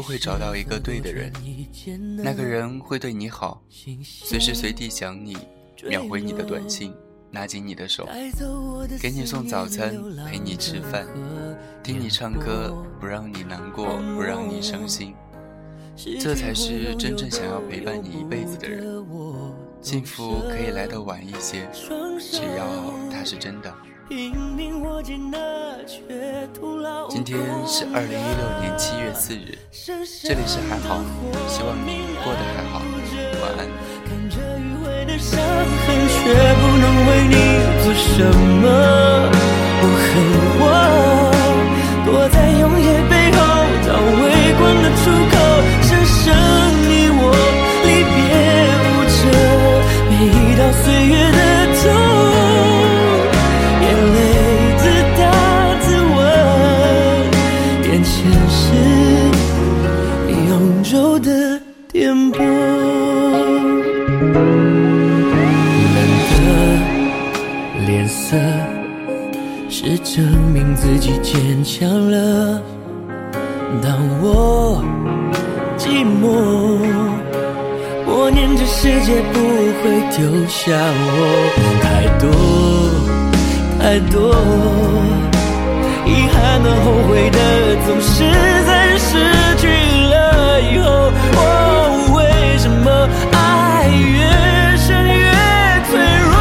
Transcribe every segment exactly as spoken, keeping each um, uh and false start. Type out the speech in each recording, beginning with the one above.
会找到一个对的人，那个人会对你好，随时随地想你，秒回你的短信，拿紧你的手，给你送早餐，陪你吃饭，听你唱歌，不让你难过，不让你伤心。这才是真正想要陪伴你一辈子的人。幸福可以来得晚一些，只要它是真的。今天是二零一六年七月四日，这里是还好，希望你过得还好，晚安。 看着迂回的伤痕，却不能为你做什么。我恨我躲在永夜背后，找微光的出口，剩剩你我离别无着，每一道岁月的痛，眼泪自打自问，眼前是永久的颠簸。冷的脸色是证明自己坚强了。当我寂寞，我念这世界不会丢下我。太多太多遗憾和后悔的，总是在失去了以后。哦，为什么爱越深越脆弱？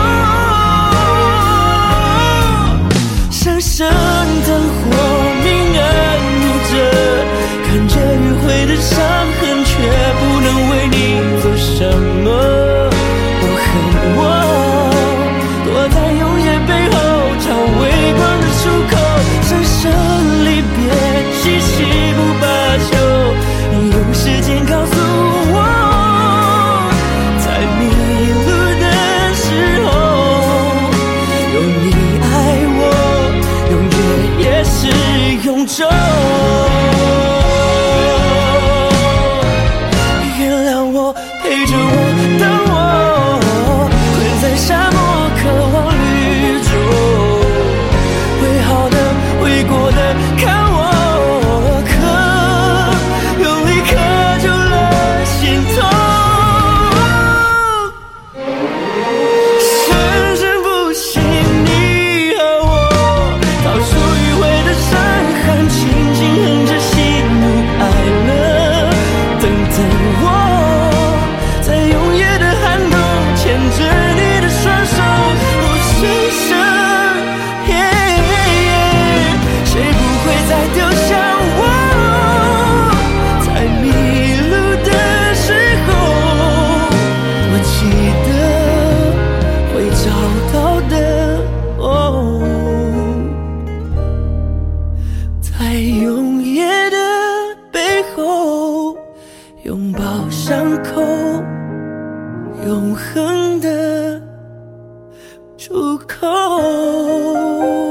深深灯火明暗如着，看着迂回的伤痕，却不能为你做什么。我恨我躲在永夜背后，找微光的出口，深深离别，细细不罢休。用时间告诉我，在迷路的时候，有你爱我，永远也是永久。原谅我，陪着我，等我，困在沙漠，渴望绿洲，会好的，会过的，看我渴，用力渴就了心痛。深深不信你和我，倒数迂回的伤痕，轻轻哼着喜怒哀乐。等等我，在永夜的寒冬，牵着你的双手，不深深，谁不会再丢下我？在迷路的时候，我记得会找到的。哦，在永夜的背后，拥抱伤口，永恒的出口。